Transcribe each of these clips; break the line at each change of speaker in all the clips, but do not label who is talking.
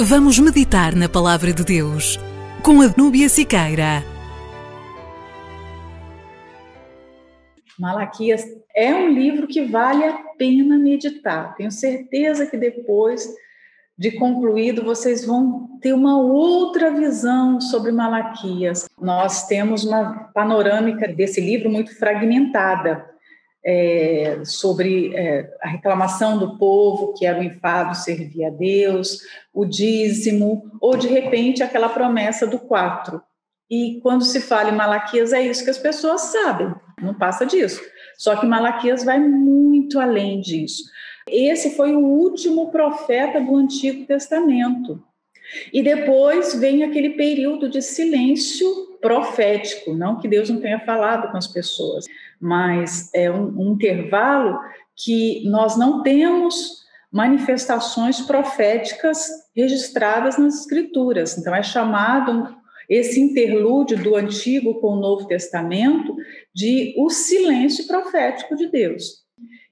Vamos meditar na Palavra de Deus com a Núbia Siqueira.
Malaquias é um livro que vale a pena meditar. Tenho certeza que depois de concluído vocês vão ter uma outra visão sobre Malaquias. Nós temos uma panorâmica desse livro muito fragmentada, sobre a reclamação do povo, que era o enfado servir a Deus, o dízimo, ou de repente aquela promessa do 4. E quando se fala em Malaquias é isso que as pessoas sabem, não passa disso. Só que Malaquias vai muito além disso. Esse foi o último profeta do Antigo Testamento. E depois vem aquele período de silêncio profético, não que Deus não tenha falado com as pessoas, mas é um intervalo que nós não temos manifestações proféticas registradas nas Escrituras. Então é chamado esse interlúdio do Antigo com o Novo Testamento de o silêncio profético de Deus.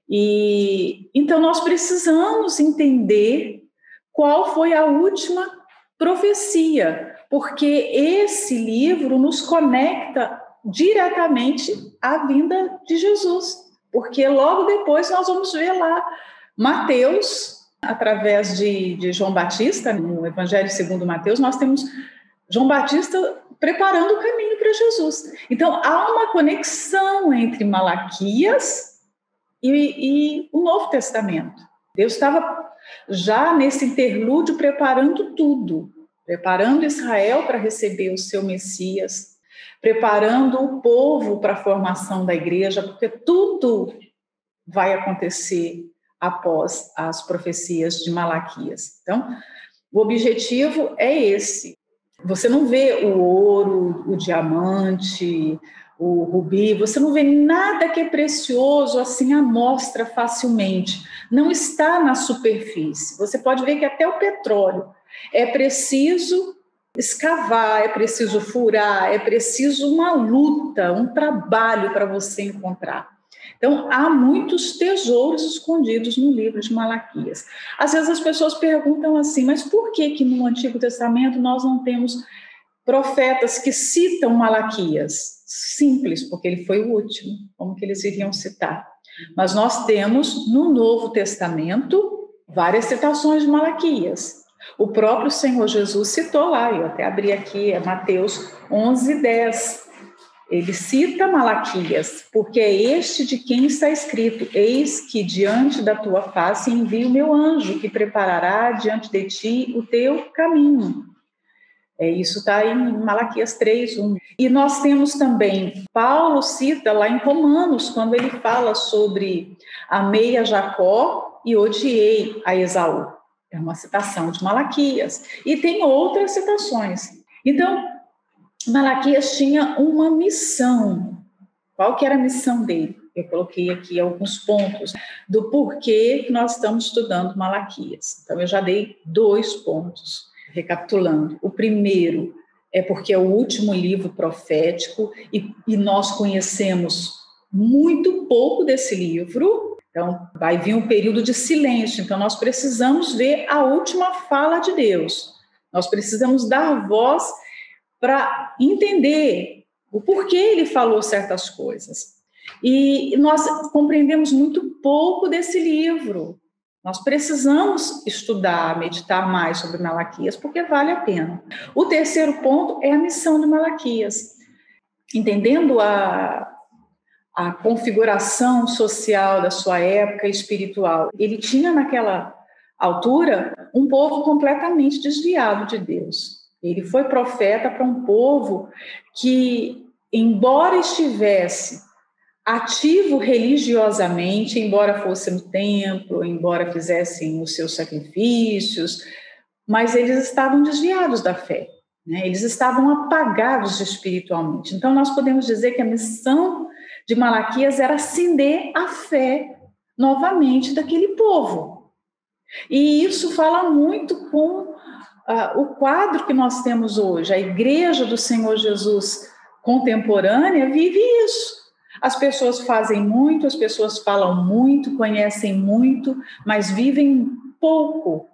E então nós precisamos entender qual foi a última profecia, porque esse livro nos conecta diretamente à vinda de Jesus, porque logo depois nós vamos ver lá Mateus, através de João Batista, no Evangelho segundo Mateus, nós temos João Batista preparando o caminho para Jesus. Então há uma conexão entre Malaquias e o Novo Testamento. Deus estava já nesse interlúdio preparando tudo, preparando Israel para receber o seu Messias, preparando o povo para a formação da igreja, porque tudo vai acontecer após as profecias de Malaquias. Então, o objetivo é esse. Você não vê o ouro, o diamante, o rubi, você não vê nada que é precioso assim à mostra facilmente. Não está na superfície. Você pode ver que até o petróleo é preciso escavar, é preciso furar, é preciso uma luta, um trabalho para você encontrar. Então, há muitos tesouros escondidos no livro de Malaquias. Às vezes as pessoas perguntam assim, mas por que no Antigo Testamento nós não temos profetas que citam Malaquias? Simples, porque ele foi o último, como que eles iriam citar? Mas nós temos no Novo Testamento várias citações de Malaquias. O próprio Senhor Jesus citou lá, eu até abri aqui, é Mateus 11:10. Ele cita Malaquias, porque é este de quem está escrito: eis que diante da tua face envio o meu anjo, que preparará diante de ti o teu caminho. Isso está em Malaquias 3:1. E nós temos também, Paulo cita lá em Romanos, quando ele fala sobre amei a Jacó e odiei a Esaú. É uma citação de Malaquias. E tem outras citações. Então, Malaquias tinha uma missão. Qual que era a missão dele? Eu coloquei aqui alguns pontos do porquê que nós estamos estudando Malaquias. Então, eu já dei 2 pontos, recapitulando. O primeiro é porque é o último livro profético e nós conhecemos muito pouco desse livro. Então, vai vir um período de silêncio. Então, nós precisamos ver a última fala de Deus. Nós precisamos dar voz para entender o porquê ele falou certas coisas. E nós compreendemos muito pouco desse livro. Nós precisamos estudar, meditar mais sobre Malaquias, porque vale a pena. O terceiro ponto é a missão de Malaquias. Entendendo a configuração social da sua época espiritual, ele tinha naquela altura um povo completamente desviado de Deus. Ele foi profeta para um povo que, embora estivesse ativo religiosamente, embora fosse no templo, embora fizessem os seus sacrifícios, mas eles estavam desviados da fé, né? Eles estavam apagados espiritualmente. Então, nós podemos dizer que a missão de Malaquias era acender a fé novamente daquele povo. E isso fala muito com o quadro que nós temos hoje. A Igreja do Senhor Jesus contemporânea vive isso. As pessoas fazem muito, as pessoas falam muito, conhecem muito, mas vivem pouco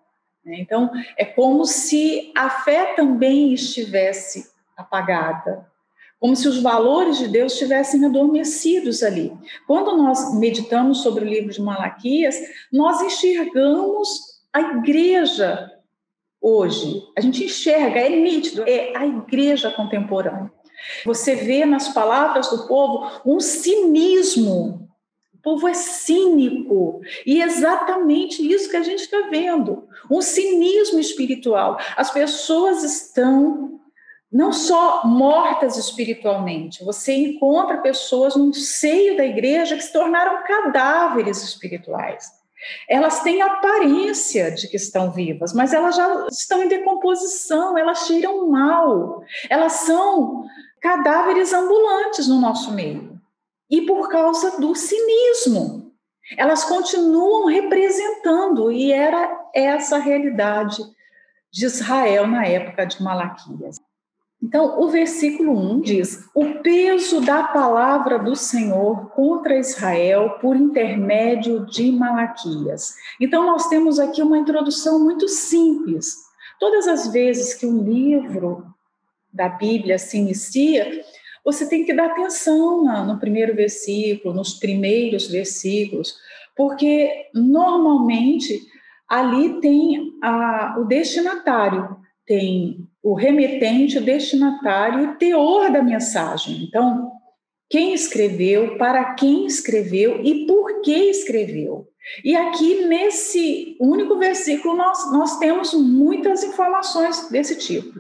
né? Então, é como se a fé também estivesse apagada, como se os valores de Deus estivessem adormecidos ali. Quando nós meditamos sobre o livro de Malaquias, nós enxergamos a igreja hoje. A gente enxerga, é nítido, é a igreja contemporânea. Você vê nas palavras do povo um cinismo. O povo é cínico, e é exatamente isso que a gente está vendo, um cinismo espiritual. As pessoas estão não só mortas espiritualmente, você encontra pessoas no seio da igreja que se tornaram cadáveres espirituais. Elas têm aparência de que estão vivas, mas elas já estão em decomposição, elas cheiram mal, elas são cadáveres ambulantes no nosso meio. E por causa do cinismo, elas continuam representando, e era essa a realidade de Israel na época de Malaquias. Então, o versículo 1 diz: o peso da palavra do Senhor contra Israel por intermédio de Malaquias. Então, nós temos aqui uma introdução muito simples. Todas as vezes que um livro da Bíblia se inicia, você tem que dar atenção no primeiro versículo, nos primeiros versículos, porque normalmente ali tem o destinatário, tem o remetente, o destinatário e o teor da mensagem. Então, quem escreveu, para quem escreveu e por que escreveu. E aqui, nesse único versículo, nós temos muitas informações desse tipo.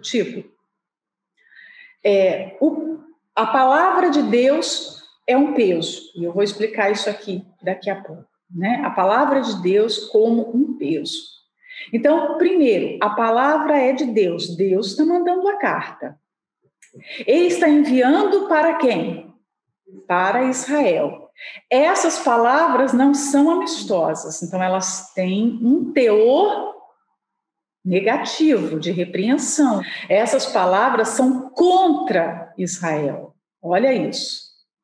A palavra de Deus é um peso, e eu vou explicar isso aqui daqui a pouco, né? A palavra de Deus como um peso. Então, primeiro, a palavra é de Deus. Deus está mandando a carta. Ele está enviando para quem? Para Israel. Essas palavras não são amistosas, então elas têm um teor negativo, de repreensão. Essas palavras são contra Israel. Olha isso.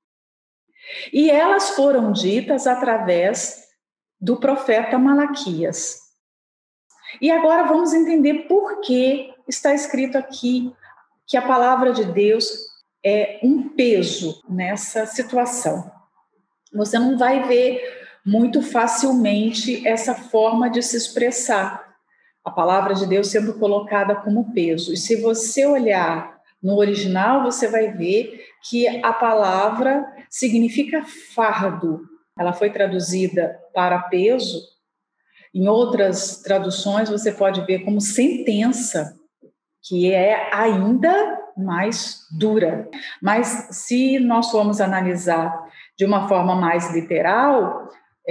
E elas foram ditas através do profeta Malaquias. E agora vamos entender por que está escrito aqui que a palavra de Deus é um peso nessa situação. Você não vai ver muito facilmente essa forma de se expressar. A palavra de Deus sendo colocada como peso. E se você olhar no original, você vai ver que a palavra significa fardo. Ela foi traduzida para peso. Em outras traduções, você pode ver como sentença, que é ainda mais dura. Mas se nós formos analisar de uma forma mais literal,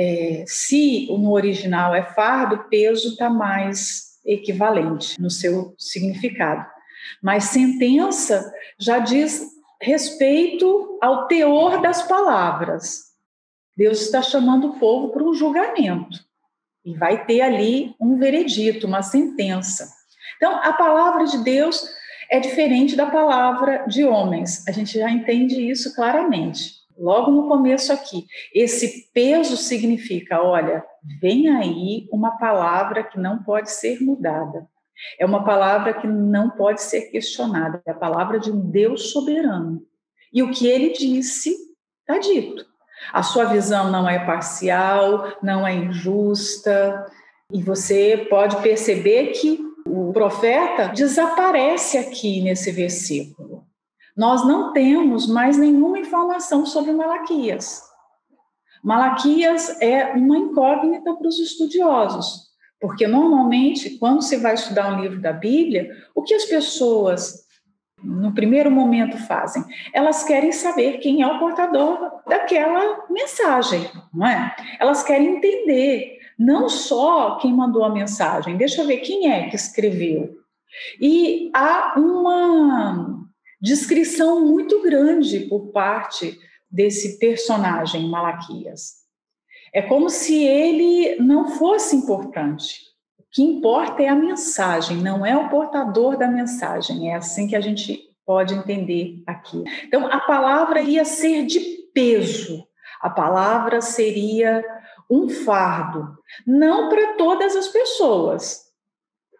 se no original é fardo, peso está mais equivalente no seu significado. Mas sentença já diz respeito ao teor das palavras. Deus está chamando o povo para um julgamento. E vai ter ali um veredito, uma sentença. Então, a palavra de Deus é diferente da palavra de homens. A gente já entende isso claramente. Logo no começo aqui, esse peso significa, olha, vem aí uma palavra que não pode ser mudada. É uma palavra que não pode ser questionada. É a palavra de um Deus soberano. E o que ele disse, está dito. A sua visão não é parcial, não é injusta, e você pode perceber que o profeta desaparece aqui nesse versículo. Nós não temos mais nenhuma informação sobre Malaquias. Malaquias é uma incógnita para os estudiosos, porque normalmente, quando se vai estudar um livro da Bíblia, o que as pessoas no primeiro momento fazem? Elas querem saber quem é o portador daquela mensagem, não é? Elas querem entender, não só quem mandou a mensagem, deixa eu ver quem é que escreveu. E há uma descrição muito grande por parte desse personagem, Malaquias. É como se ele não fosse importante. O que importa é a mensagem, não é o portador da mensagem. É assim que a gente pode entender aqui. Então, a palavra ia ser de peso. A palavra seria um fardo. Não para todas as pessoas,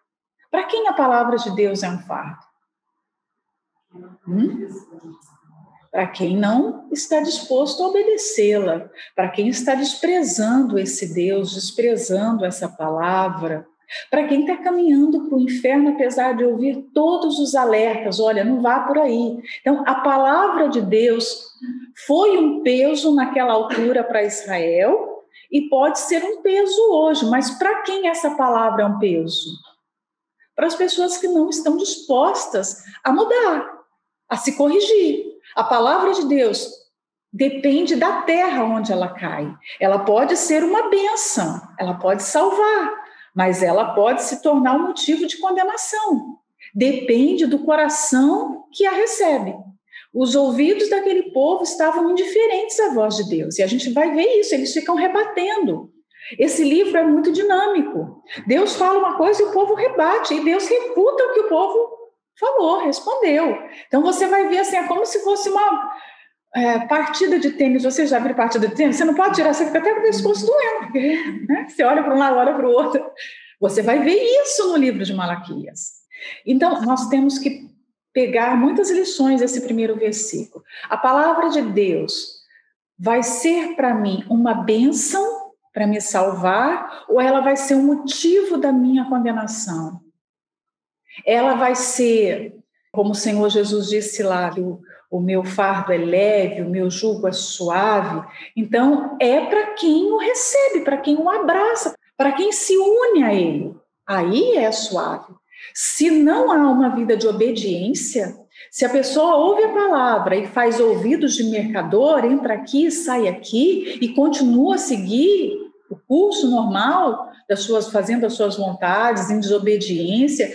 Para quem a palavra de Deus é um fardo? Para quem não está disposto a obedecê-la, para quem está desprezando esse Deus, desprezando essa palavra, para quem está caminhando para o inferno, apesar de ouvir todos os alertas, olha, não vá por aí. Então, a palavra de Deus foi um peso naquela altura para Israel e pode ser um peso hoje, mas para quem essa palavra é um peso? Para as pessoas que não estão dispostas a mudar, a se corrigir. A palavra de Deus depende da terra onde ela cai. Ela pode ser uma bênção, ela pode salvar, mas ela pode se tornar um motivo de condenação. Depende do coração que a recebe. Os ouvidos daquele povo estavam indiferentes à voz de Deus, e a gente vai ver isso, eles ficam rebatendo. Esse livro é muito dinâmico. Deus fala uma coisa e o povo rebate, e Deus refuta o que o povo falou, respondeu. Então você vai ver assim, é como se fosse uma partida de tênis. Você já viu partida de tênis? Você não pode tirar, você fica até com o pescoço doendo, porque, né? Você olha para um lado, olha para o outro. Você vai ver isso no livro de Malaquias. Então, nós temos que pegar muitas lições desse primeiro versículo. A palavra de Deus vai ser para mim uma bênção para me salvar, ou ela vai ser um motivo da minha condenação? Ela vai ser, como o Senhor Jesus disse lá, o meu fardo é leve, o meu jugo é suave. Então, é para quem o recebe, para quem o abraça, para quem se une a ele. Aí é suave. Se não há uma vida de obediência, se a pessoa ouve a palavra e faz ouvidos de mercador, entra aqui, sai aqui e continua a seguir o curso normal fazendo as suas vontades, em desobediência,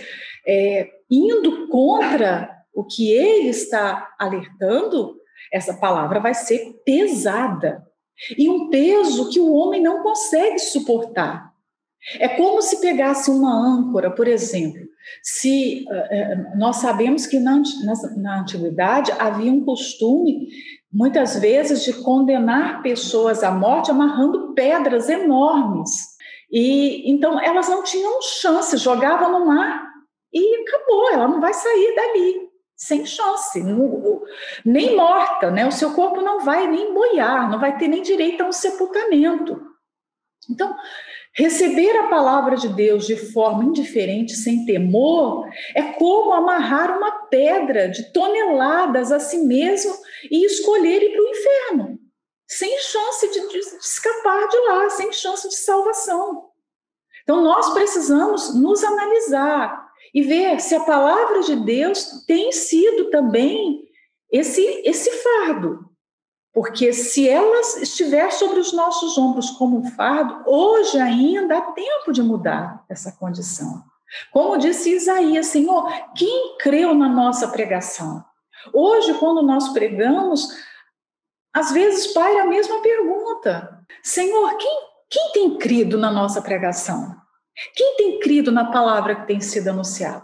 indo contra o que ele está alertando, essa palavra vai ser pesada. E um peso que o homem não consegue suportar. É como se pegasse uma âncora, por exemplo. Se nós sabemos que na antiguidade havia um costume, muitas vezes, de condenar pessoas à morte amarrando pedras enormes. E então elas não tinham chance, jogavam no mar e acabou, ela não vai sair dali, sem chance, nem morta, né? O seu corpo não vai nem boiar, não vai ter nem direito a um sepultamento. Então, receber a palavra de Deus de forma indiferente, sem temor, é como amarrar uma pedra de toneladas a si mesmo e escolher ir para o inferno, sem chance de escapar de lá, sem chance de salvação. Então, nós precisamos nos analisar e ver se a palavra de Deus tem sido também esse fardo. Porque se ela estiver sobre os nossos ombros como um fardo, hoje ainda há tempo de mudar essa condição. Como disse Isaías, Senhor, quem creu na nossa pregação? Hoje, quando nós pregamos, às vezes paira a mesma pergunta. Senhor, quem tem crido na nossa pregação? Quem tem crido na palavra que tem sido anunciada?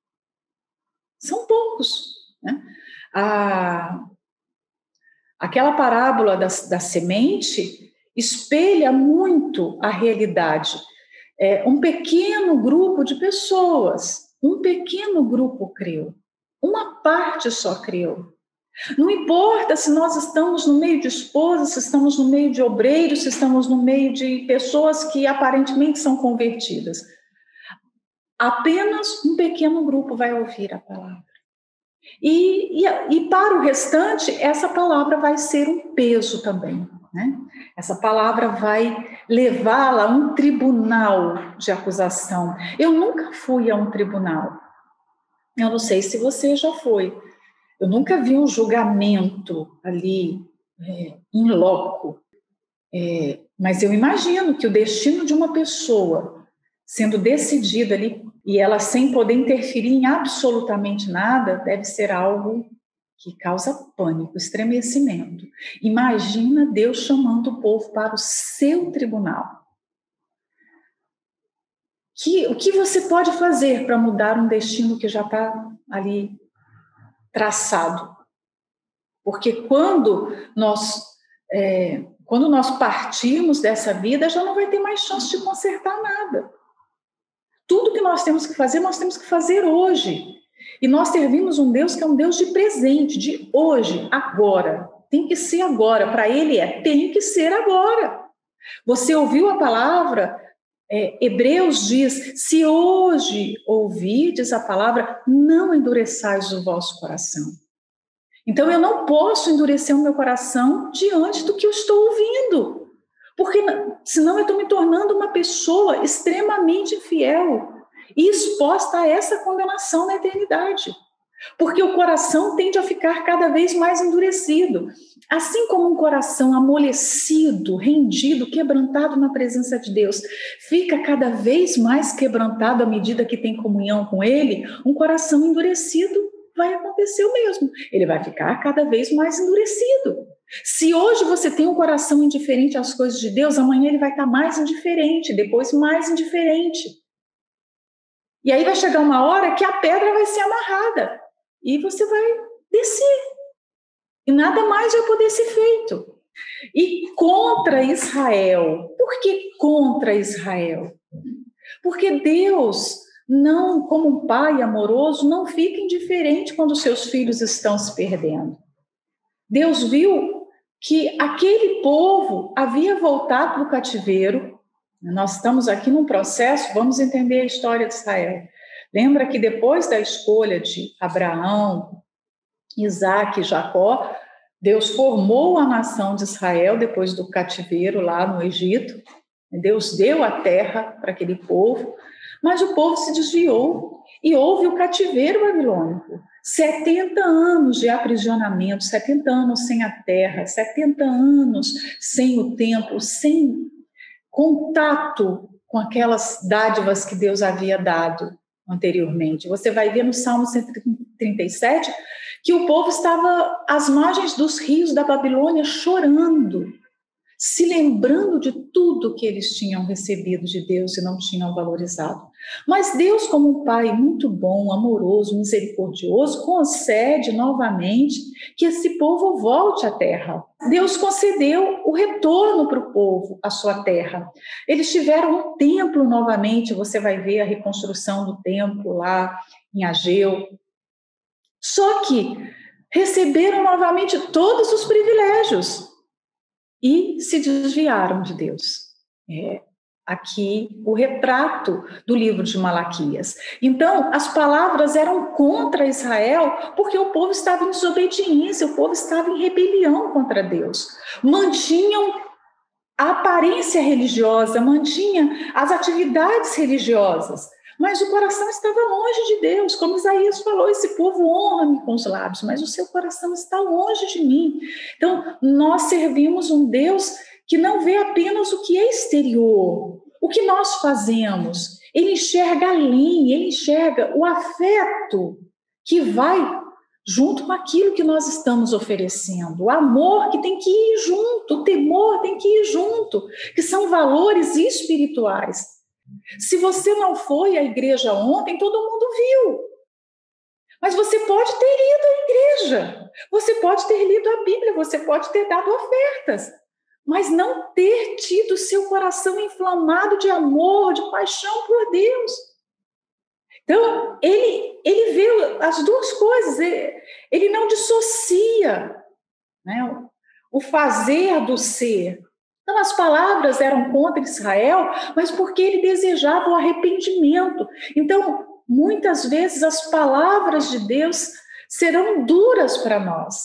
São poucos, né? Aquela parábola da semente espelha muito a realidade. Um pequeno grupo de pessoas, um pequeno grupo creu, uma parte só creu. Não importa se nós estamos no meio de esposas, se estamos no meio de obreiros, se estamos no meio de pessoas que aparentemente são convertidas. Apenas um pequeno grupo vai ouvir a palavra. E para o restante, essa palavra vai ser um peso também, né? Essa palavra vai levá-la a um tribunal de acusação. Eu nunca fui a um tribunal. Eu não sei se você já foi. Eu nunca vi um julgamento ali, in loco. Mas eu imagino que o destino de uma pessoa sendo decidido ali, e ela sem poder interferir em absolutamente nada, deve ser algo que causa pânico, estremecimento. Imagina Deus chamando o povo para o seu tribunal. O que você pode fazer para mudar um destino que já está ali traçado? Porque quando nós partirmos dessa vida, já não vai ter mais chance de consertar nada. Tudo que que nós temos que fazer, nós temos que fazer hoje. E nós servimos um Deus que é um Deus de presente, de hoje, agora. Tem que ser agora. Para Ele tem que ser agora. Você ouviu a palavra? Hebreus diz, se hoje ouvirdes a palavra, não endureçais o vosso coração. Então eu não posso endurecer o meu coração diante do que eu estou ouvindo, porque senão eu estou me tornando uma pessoa extremamente infiel e exposta a essa condenação na eternidade. Porque o coração tende a ficar cada vez mais endurecido. Assim como um coração amolecido, rendido, quebrantado na presença de Deus, fica cada vez mais quebrantado à medida que tem comunhão com Ele, um coração endurecido vai acontecer o mesmo. Ele vai ficar cada vez mais endurecido. Se hoje você tem um coração indiferente às coisas de Deus, amanhã ele vai estar mais indiferente, depois mais indiferente. E aí vai chegar uma hora que a pedra vai ser amarrada. E você vai descer. E nada mais vai poder ser feito. E contra Israel. Por que contra Israel? Porque Deus, não, como um pai amoroso, não fica indiferente quando seus filhos estão se perdendo. Deus viu que aquele povo havia voltado do cativeiro. Nós estamos aqui num processo, vamos entender a história de Israel. Lembra que depois da escolha de Abraão, Isaac e Jacó, Deus formou a nação de Israel depois do cativeiro lá no Egito. Deus deu a terra para aquele povo, mas o povo se desviou e houve o cativeiro babilônico. 70 anos de aprisionamento, 70 anos sem a terra, 70 anos sem o templo, sem contato com aquelas dádivas que Deus havia dado anteriormente. Você vai ver no Salmo 137 que o povo estava às margens dos rios da Babilônia chorando, se lembrando de tudo que eles tinham recebido de Deus e não tinham valorizado. Mas Deus, como um pai muito bom, amoroso, misericordioso, concede novamente que esse povo volte à terra. Deus concedeu o retorno para o povo à sua terra. Eles tiveram um templo novamente, você vai ver a reconstrução do templo lá em Ageu. Só que receberam novamente todos os privilégios e se desviaram de Deus. Aqui o retrato do livro de Malaquias. Então, as palavras eram contra Israel porque o povo estava em desobediência, o povo estava em rebelião contra Deus. Mantinham a aparência religiosa, mantinham as atividades religiosas, mas o coração estava longe de Deus. Como Isaías falou, esse povo honra-me com os lábios, mas o seu coração está longe de mim. Então, nós servimos um Deus que não vê apenas o que é exterior, o que nós fazemos. Ele enxerga além, ele enxerga o afeto que vai junto com aquilo que nós estamos oferecendo. O amor que tem que ir junto, o temor tem que ir junto, que são valores espirituais. Se você não foi à igreja ontem, todo mundo viu. Mas você pode ter ido à igreja, você pode ter lido a Bíblia, você pode ter dado ofertas, mas não ter tido seu coração inflamado de amor, de paixão por Deus. Então, ele vê as duas coisas, ele não dissocia, né, o fazer do ser. Então, as palavras eram contra Israel, mas porque ele desejava o arrependimento. Então, muitas vezes as palavras de Deus serão duras para nós.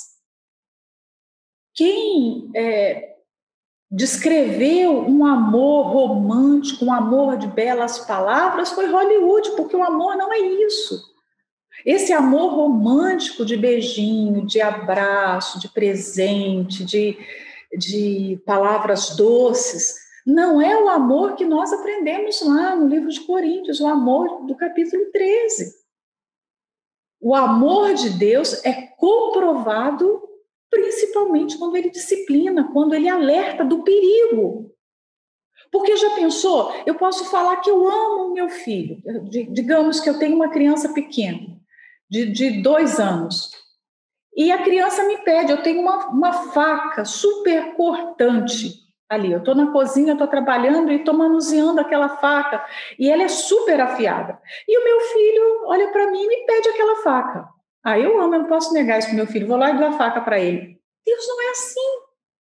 Quem descreveu um amor romântico, um amor de belas palavras, foi Hollywood, porque o amor não é isso. Esse amor romântico de beijinho, de abraço, de presente, de palavras doces, não é o amor que nós aprendemos lá no livro de Coríntios, o amor do capítulo 13. O amor de Deus é comprovado principalmente quando ele disciplina, quando ele alerta do perigo. Porque já pensou, eu posso falar que eu amo o meu filho, digamos que eu tenho uma criança pequena, de 2 anos, e a criança me pede, eu tenho uma faca super cortante, ali. Eu estou na cozinha, estou trabalhando e estou manuseando aquela faca e ela é super afiada. E o meu filho olha para mim e me pede aquela faca. Eu amo, eu não posso negar isso para meu filho, vou lá e dou a faca para ele. Deus não é assim.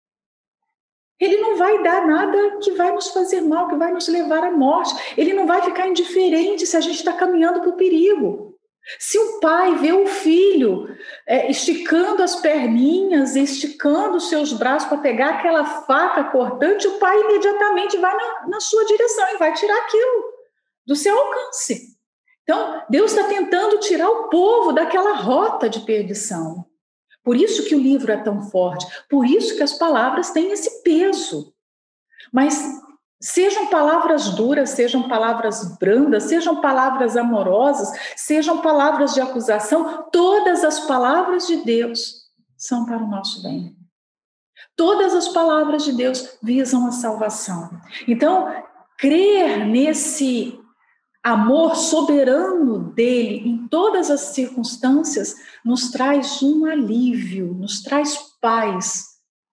Ele não vai dar nada que vai nos fazer mal, que vai nos levar à morte. Ele não vai ficar indiferente se a gente está caminhando para o perigo. Se um pai vê o filho esticando as perninhas, esticando os seus braços para pegar aquela faca cortante, o pai imediatamente vai na sua direção e vai tirar aquilo do seu alcance. Então, Deus está tentando tirar o povo daquela rota de perdição. Por isso que o livro é tão forte, por isso que as palavras têm esse peso. Mas sejam palavras duras, sejam palavras brandas, sejam palavras amorosas, sejam palavras de acusação, todas as palavras de Deus são para o nosso bem. Todas as palavras de Deus visam a salvação. Então, crer nesse amor soberano dele em todas as circunstâncias nos traz um alívio, nos traz paz.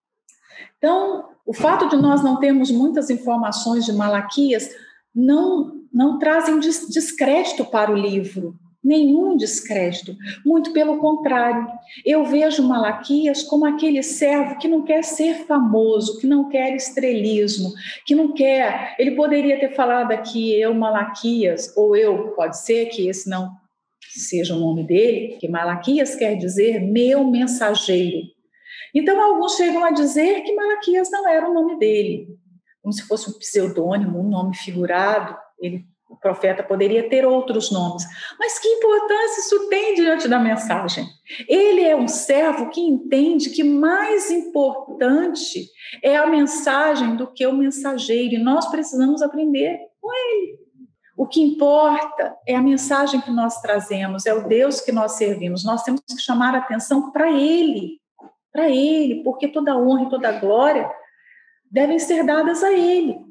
Então, o fato de nós não termos muitas informações de Malaquias não trazem descrédito para o livro, nenhum descrédito, muito pelo contrário. Eu vejo Malaquias como aquele servo que não quer ser famoso, que não quer estrelismo, que não quer... Ele poderia ter falado aqui, eu, Malaquias, ou pode ser que esse não seja o nome dele, porque Malaquias quer dizer meu mensageiro. Então, alguns chegam a dizer que Malaquias não era o nome dele, como se fosse um pseudônimo, um nome figurado. O profeta poderia ter outros nomes. Mas que importância isso tem diante da mensagem? Ele é um servo que entende que mais importante é a mensagem do que o mensageiro, e nós precisamos aprender com ele. O que importa é a mensagem que nós trazemos, é o Deus que nós servimos. Nós temos que chamar a atenção para ele, porque toda honra e toda glória devem ser dadas a ele.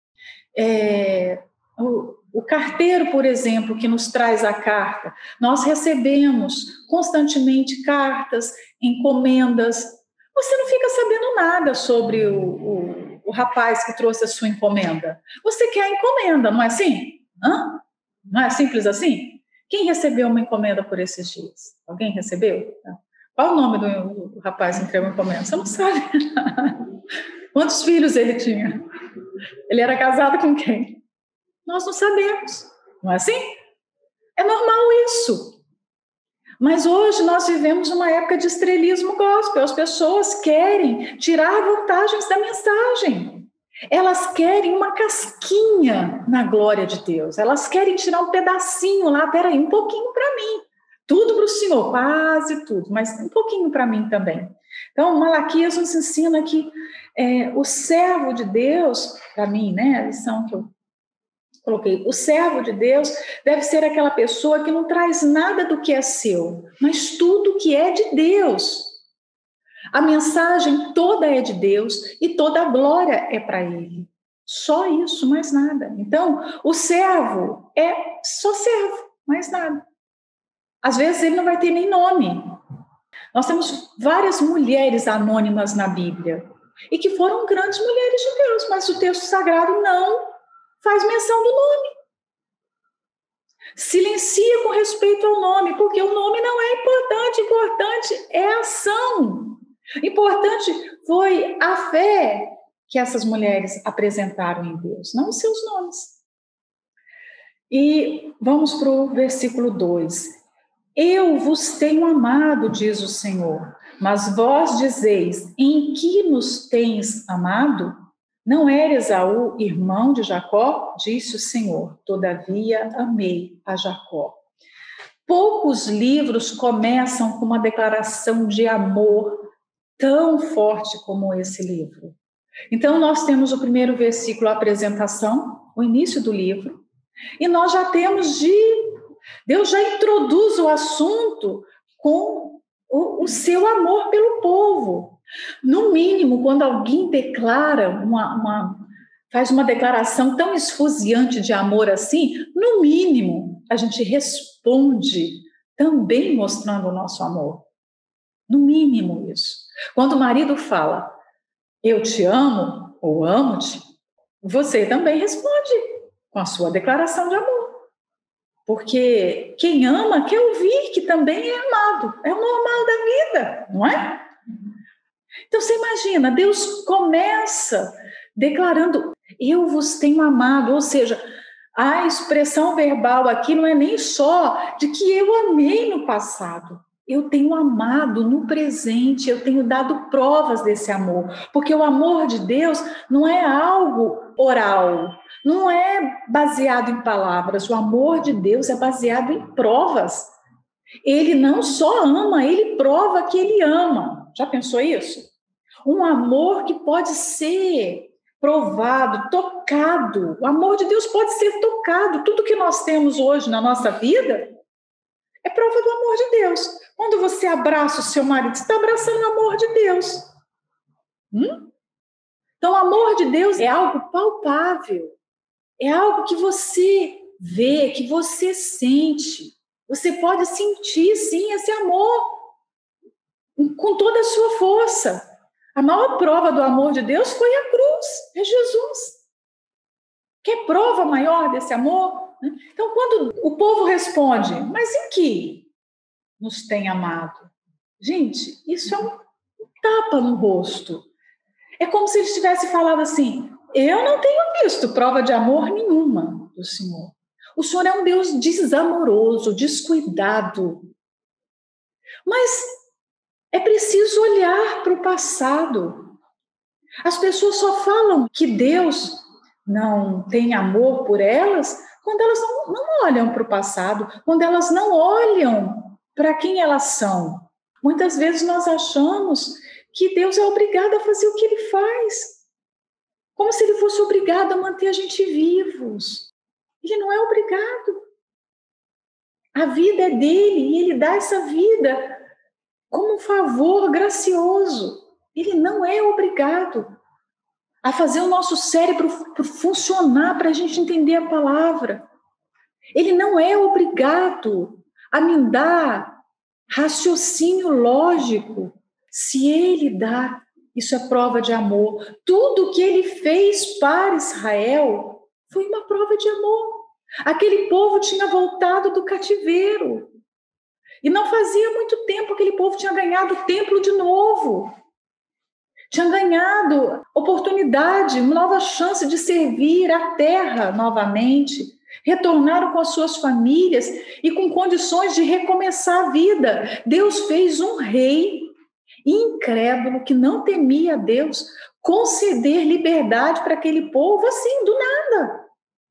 O carteiro, por exemplo, que nos traz a carta, nós recebemos constantemente cartas, encomendas. Você não fica sabendo nada sobre o rapaz que trouxe a sua encomenda. Você quer a encomenda, não é assim? Não é simples assim? Quem recebeu uma encomenda por esses dias? Alguém recebeu? Qual o nome do rapaz que entregou a encomenda? Você não sabe. Quantos filhos ele tinha? Ele era casado com quem? Nós não sabemos. Não é assim? É normal isso. Mas hoje nós vivemos uma época de estrelismo gospel. As pessoas querem tirar vantagens da mensagem. Elas querem uma casquinha na glória de Deus. Elas querem tirar um pedacinho lá. Peraí, um pouquinho para mim. Tudo para o Senhor, quase tudo, mas um pouquinho para mim também. Então, Malaquias nos ensina que o servo de Deus, para mim, a lição que eu coloquei, o servo de Deus deve ser aquela pessoa que não traz nada do que é seu, mas tudo que é de Deus. A mensagem toda é de Deus e toda a glória é para Ele. Só isso, mais nada. Então, o servo é só servo, mais nada. Às vezes ele não vai ter nem nome. Nós temos várias mulheres anônimas na Bíblia e que foram grandes mulheres de Deus, mas o texto sagrado não faz menção do nome. Silencia com respeito ao nome, porque o nome não é importante é a ação. Importante foi a fé que essas mulheres apresentaram em Deus, não os seus nomes. E vamos para o versículo 2. Eu vos tenho amado, diz o Senhor, mas vós dizeis, em que nos tens amado? Não era Esaú, irmão de Jacó? Disse o Senhor, todavia amei a Jacó. Poucos livros começam com uma declaração de amor tão forte como esse livro. Então, nós temos o primeiro versículo, a apresentação, o início do livro, e nós já temos Deus já introduz o assunto com o seu amor pelo povo. No mínimo, quando alguém declara faz uma declaração tão esfuziante de amor assim, no mínimo, a gente responde também mostrando o nosso amor. No mínimo isso. Quando o marido fala, eu te amo, ou amo-te, você também responde com a sua declaração de amor. Porque quem ama quer ouvir que também é amado. É o normal da vida, não é? Então você imagina, Deus começa declarando: eu vos tenho amado, ou seja, a expressão verbal aqui não é nem só de que eu amei no passado, eu tenho amado no presente, eu tenho dado provas desse amor, porque o amor de Deus não é algo oral, não é baseado em palavras, o amor de Deus é baseado em provas. Ele não só ama, ele prova que ele ama. Já pensou isso? Um amor que pode ser provado, tocado. O amor de Deus pode ser tocado. Tudo que nós temos hoje na nossa vida é prova do amor de Deus. Quando você abraça o seu marido, você está abraçando o amor de Deus. Então, o amor de Deus é algo palpável. É algo que você vê, que você sente. Você pode sentir, sim, esse amor com toda a sua força. A maior prova do amor de Deus foi a cruz, é Jesus. Quer prova maior desse amor? Então, quando o povo responde, mas em que nos tem amado? Gente, isso é um tapa no rosto. É como se ele tivesse falado assim: eu não tenho visto prova de amor nenhuma do Senhor. O Senhor é um Deus desamoroso, descuidado. Mas é preciso olhar para o passado. As pessoas só falam que Deus não tem amor por elas quando elas não olham para o passado, quando elas não olham para quem elas são. Muitas vezes nós achamos que Deus é obrigado a fazer o que Ele faz, como se Ele fosse obrigado a manter a gente vivos. Ele não é obrigado. A vida é dele e Ele dá essa vida como um favor gracioso. Ele não é obrigado a fazer o nosso cérebro funcionar para a gente entender a palavra. Ele não é obrigado a me dar raciocínio lógico. Se ele dá, isso é prova de amor. Tudo que ele fez para Israel foi uma prova de amor. Aquele povo tinha voltado do cativeiro. E não fazia muito tempo aquele povo tinha ganhado o templo de novo. Tinha ganhado oportunidade, uma nova chance de servir a terra novamente. Retornaram com as suas famílias e com condições de recomeçar a vida. Deus fez um rei incrédulo que não temia a Deus conceder liberdade para aquele povo assim, do nada.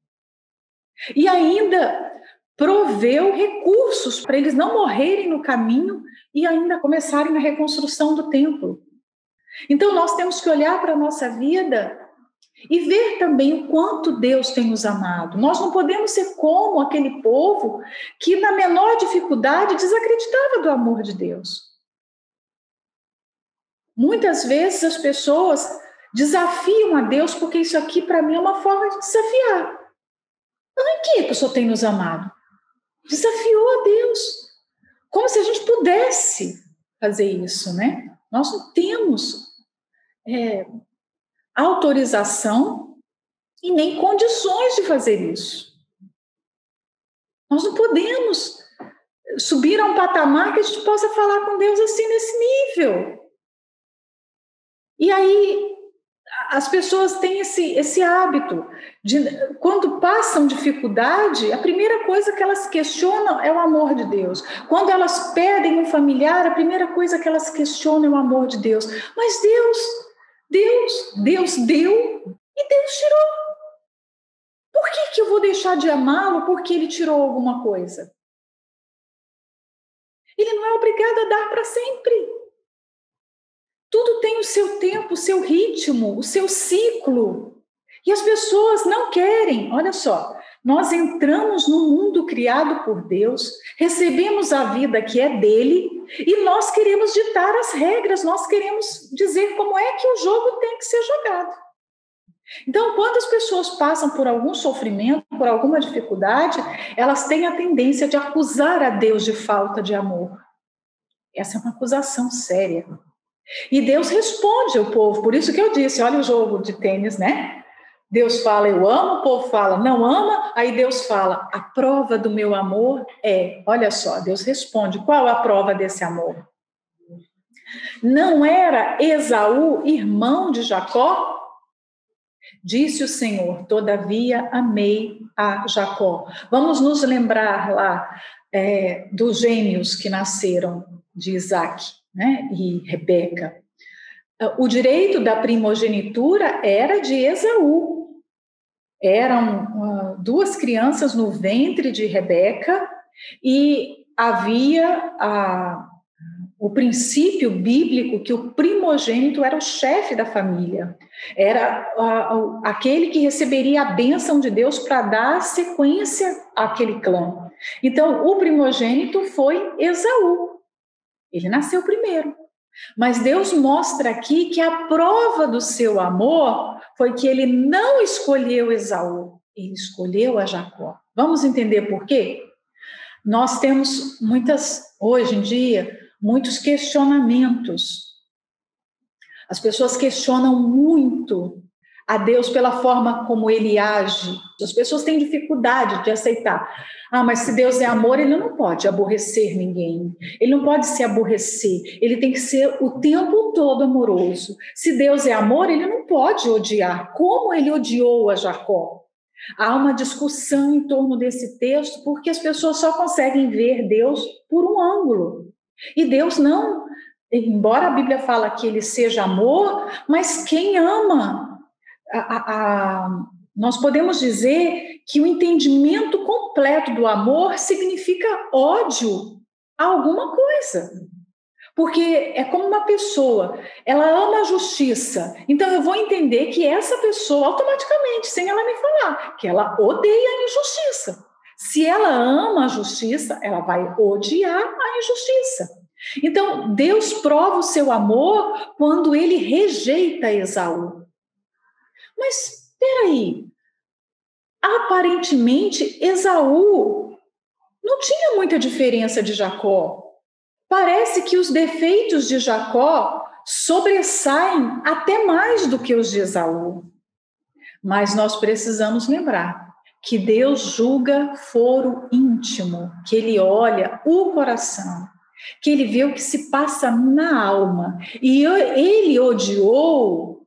E ainda proveu recursos para eles não morrerem no caminho e ainda começarem a reconstrução do templo. Então, nós temos que olhar para a nossa vida e ver também o quanto Deus tem nos amado. Nós não podemos ser como aquele povo que, na menor dificuldade, desacreditava do amor de Deus. Muitas vezes as pessoas desafiam a Deus porque isso aqui, para mim, é uma forma de desafiar. Mas em que o Senhor tem nos amado? Desafiou a Deus. Como se a gente pudesse fazer isso, né? Nós não temos autorização e nem condições de fazer isso. Nós não podemos subir a um patamar que a gente possa falar com Deus assim, nesse nível. E aí, as pessoas têm esse hábito de, quando passam dificuldade, a primeira coisa que elas questionam é o amor de Deus. Quando elas perdem um familiar, a primeira coisa que elas questionam é o amor de Deus. Mas Deus deu e Deus tirou. Por que eu vou deixar de amá-lo porque ele tirou alguma coisa? Ele não é obrigado a dar para sempre. Tudo tem o seu tempo, o seu ritmo, o seu ciclo. E as pessoas não querem. Olha só, nós entramos no mundo criado por Deus, recebemos a vida que é dele e nós queremos ditar as regras, nós queremos dizer como é que o jogo tem que ser jogado. Então, quando as pessoas passam por algum sofrimento, por alguma dificuldade, elas têm a tendência de acusar a Deus de falta de amor. Essa é uma acusação séria. E Deus responde ao povo, por isso que eu disse, olha o jogo de tênis, né? Deus fala, eu amo, o povo fala, não ama, aí Deus fala, a prova do meu amor é, olha só, Deus responde, qual a prova desse amor? Não era Esaú irmão de Jacó? Disse o Senhor, todavia amei a Jacó. Vamos nos lembrar lá dos gêmeos que nasceram de Isaac, né, e Rebeca. O direito da primogenitura era de Esaú. Eram duas crianças no ventre de Rebeca e havia o princípio bíblico que o primogênito era o chefe da família, era aquele que receberia a bênção de Deus para dar sequência àquele clã. Então, o primogênito foi Esaú. Ele nasceu primeiro. Mas Deus mostra aqui que a prova do seu amor foi que ele não escolheu Esaú, ele escolheu a Jacó. Vamos entender por quê? Nós temos hoje em dia, muitos questionamentos. As pessoas questionam muito a Deus pela forma como ele age. As pessoas têm dificuldade de aceitar. Mas se Deus é amor, ele não pode aborrecer ninguém. Ele não pode se aborrecer. Ele tem que ser o tempo todo amoroso. Se Deus é amor, ele não pode odiar. Como ele odiou a Jacó? Há uma discussão em torno desse texto, porque as pessoas só conseguem ver Deus por um ângulo. E Deus não, embora a Bíblia fala que ele seja amor, mas quem ama? Nós podemos dizer que o entendimento completo do amor significa ódio a alguma coisa. Porque é como uma pessoa, ela ama a justiça, então eu vou entender que essa pessoa, automaticamente, sem ela me falar, que ela odeia a injustiça. Se ela ama a justiça, ela vai odiar a injustiça. Então, Deus prova o seu amor quando ele rejeita Esaú. Mas, peraí, aparentemente, Esaú não tinha muita diferença de Jacó. Parece que os defeitos de Jacó sobressaem até mais do que os de Esaú. Mas nós precisamos lembrar que Deus julga foro íntimo, que ele olha o coração, que ele vê o que se passa na alma. E ele odiou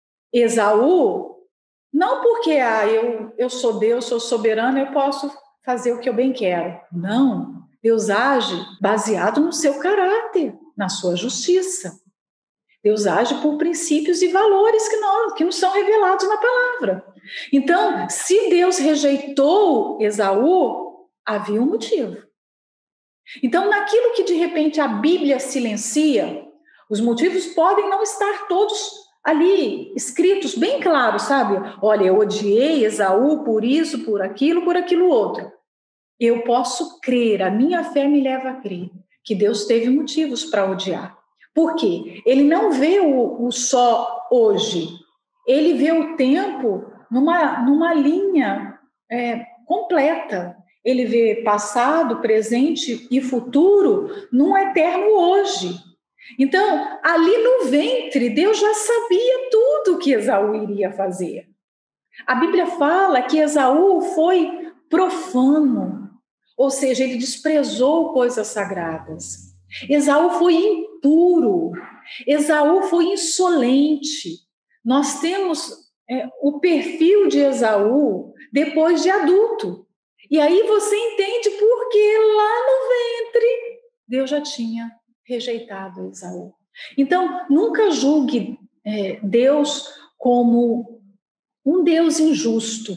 Esaú, não porque eu sou Deus, sou soberano, eu posso fazer o que eu bem quero. Não. Deus age baseado no seu caráter, na sua justiça. Deus age por princípios e valores que nos são revelados na palavra. Então, se Deus rejeitou Esaú, havia um motivo. Então, naquilo que de repente a Bíblia silencia, os motivos podem não estar todos ali escritos bem claros, sabe? Olha, eu odiei Esaú por isso, por aquilo outro. Eu posso crer, a minha fé me leva a crer que Deus teve motivos para odiar. Por quê? Ele não vê o só hoje, ele vê o tempo numa linha completa. Ele vê passado, presente e futuro num eterno hoje. Então, ali no ventre, Deus já sabia tudo que Esaú iria fazer. A Bíblia fala que Esaú foi profano, ou seja, ele desprezou coisas sagradas. Esaú foi impuro, Esaú foi insolente. Nós temos o perfil de Esaú depois de adulto. E aí você entende por que lá no ventre Deus já tinha rejeitado Esaú. Então, nunca julgue Deus como um Deus injusto,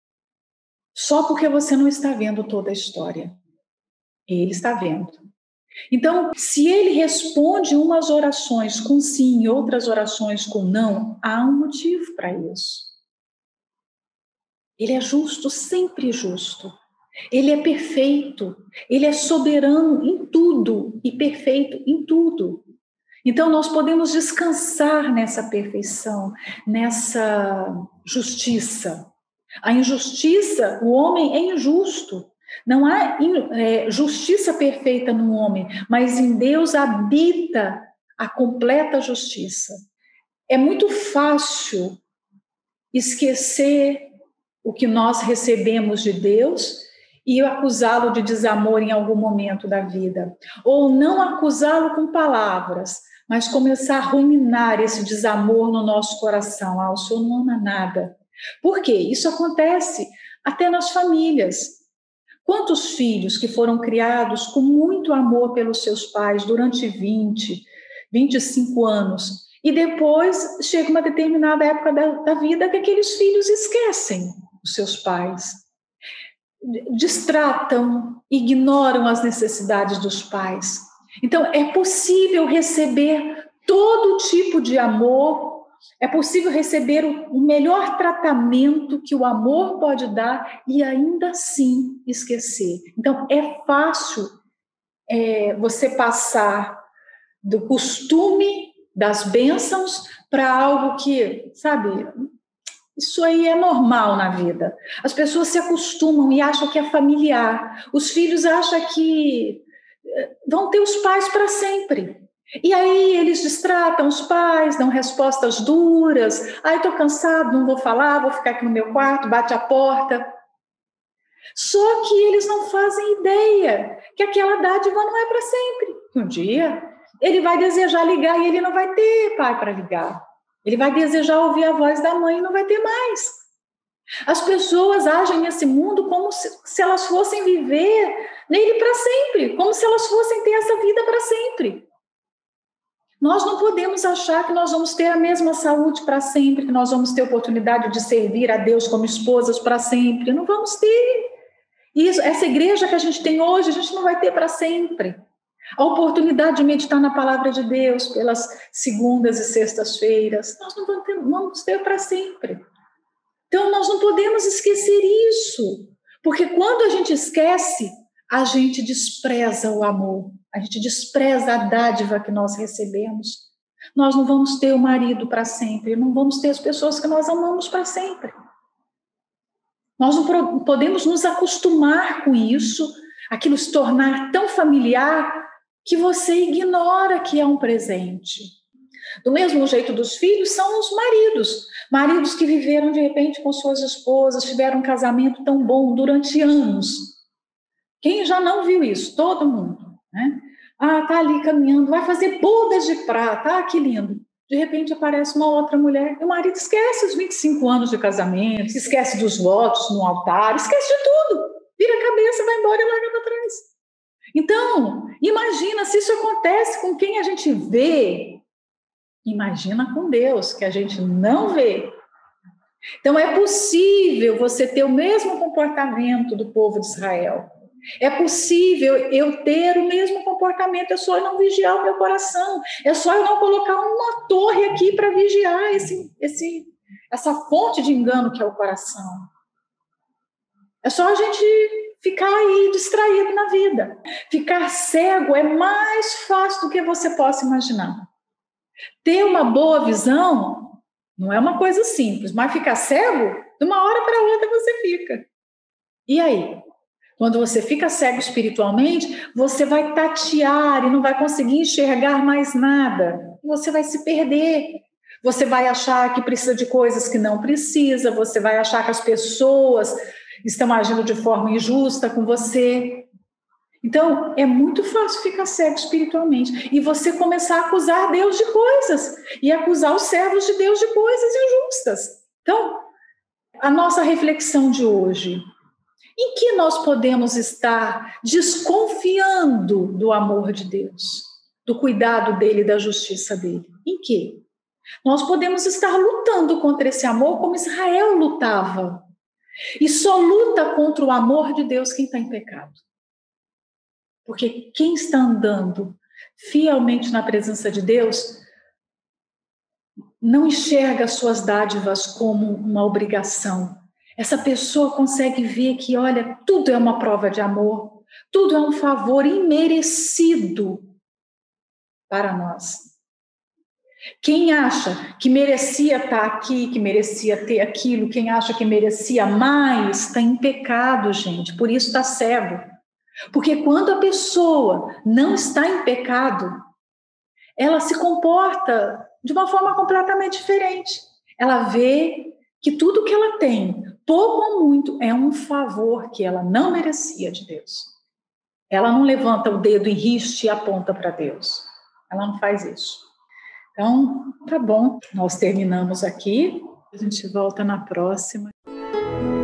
só porque você não está vendo toda a história. Ele está vendo. Então, se ele responde umas orações com sim e outras orações com não, há um motivo para isso. Ele é justo, sempre justo. Ele é perfeito. Ele é soberano em tudo e perfeito em tudo. Então, nós podemos descansar nessa perfeição, nessa justiça. A injustiça, o homem é injusto. Não há justiça perfeita no homem, mas em Deus habita a completa justiça. É muito fácil esquecer o que nós recebemos de Deus e acusá-lo de desamor em algum momento da vida. Ou não acusá-lo com palavras, mas começar a ruminar esse desamor no nosso coração. O Senhor não ama nada. Por quê? Isso acontece até nas famílias. Quantos filhos que foram criados com muito amor pelos seus pais durante 20, 25 anos, e depois chega uma determinada época da vida que aqueles filhos esquecem os seus pais, destratam, ignoram as necessidades dos pais. Então, é possível receber todo tipo de amor, é possível receber o melhor tratamento que o amor pode dar e ainda assim esquecer. Então, é fácil você passar do costume das bênçãos para algo que, sabe, isso aí é normal na vida. As pessoas se acostumam e acham que é familiar. Os filhos acham que vão ter os pais para sempre. E aí eles distratam os pais, dão respostas duras. Estou cansado, não vou falar, vou ficar aqui no meu quarto, bate a porta. Só que eles não fazem ideia que aquela dádiva não é para sempre. Um dia ele vai desejar ligar e ele não vai ter pai para ligar. Ele vai desejar ouvir a voz da mãe e não vai ter mais. As pessoas agem nesse mundo como se elas fossem viver nele para sempre, como se elas fossem ter essa vida para sempre. Nós não podemos achar que nós vamos ter a mesma saúde para sempre, que nós vamos ter oportunidade de servir a Deus como esposas para sempre. Não vamos ter. Isso, essa igreja que a gente tem hoje, a gente não vai ter para sempre. A oportunidade de meditar na palavra de Deus pelas segundas e sextas-feiras, nós não vamos ter para sempre. Então, nós não podemos esquecer isso, porque quando a gente esquece, a gente despreza o amor, a gente despreza a dádiva que nós recebemos. Nós não vamos ter o marido para sempre, não vamos ter as pessoas que nós amamos para sempre. Nós não podemos nos acostumar com isso, aquilo se tornar tão familiar que você ignora que é um presente. Do mesmo jeito dos filhos, são os maridos que viveram de repente com suas esposas, tiveram um casamento tão bom durante anos. Quem já não viu isso? Todo mundo, né? Tá ali caminhando, vai fazer bodas de prata, que lindo. De repente aparece uma outra mulher e o marido esquece os 25 anos de casamento, esquece dos votos no altar, esquece de tudo, vira a cabeça, vai embora e larga para trás. Então, imagina se isso acontece com quem a gente vê, imagina com Deus, que a gente não vê. Então, é possível você ter o mesmo comportamento do povo de Israel. É possível eu ter o mesmo comportamento, é só eu não vigiar o meu coração, é só eu não colocar uma torre aqui para vigiar essa fonte de engano que é o coração. É só a gente ficar aí distraído na vida. Ficar cego é mais fácil do que você possa imaginar. Ter uma boa visão não é uma coisa simples, mas ficar cego, de uma hora para outra você fica. E aí? Quando você fica cego espiritualmente, você vai tatear e não vai conseguir enxergar mais nada. Você vai se perder. Você vai achar que precisa de coisas que não precisa, você vai achar que as pessoas estão agindo de forma injusta com você. Então, é muito fácil ficar cego espiritualmente e você começar a acusar Deus de coisas e acusar os servos de Deus de coisas injustas. Então, a nossa reflexão de hoje: em que nós podemos estar desconfiando do amor de Deus, do cuidado dele, da justiça dele? Em que? Nós podemos estar lutando contra esse amor como Israel lutava. E só luta contra o amor de Deus quem está em pecado. Porque quem está andando fielmente na presença de Deus não enxerga as suas dádivas como uma obrigação. Essa pessoa consegue ver que, olha, tudo é uma prova de amor, tudo é um favor imerecido para nós. Quem acha que merecia estar aqui, que merecia ter aquilo, quem acha que merecia mais, está em pecado, gente, por isso está cego. Porque quando a pessoa não está em pecado, ela se comporta de uma forma completamente diferente. Ela vê que tudo que ela tem, pouco ou muito, é um favor que ela não merecia de Deus. Ela não levanta o dedo em riste e aponta para Deus. Ela não faz isso. Então, tá bom. Nós terminamos aqui. A gente volta na próxima.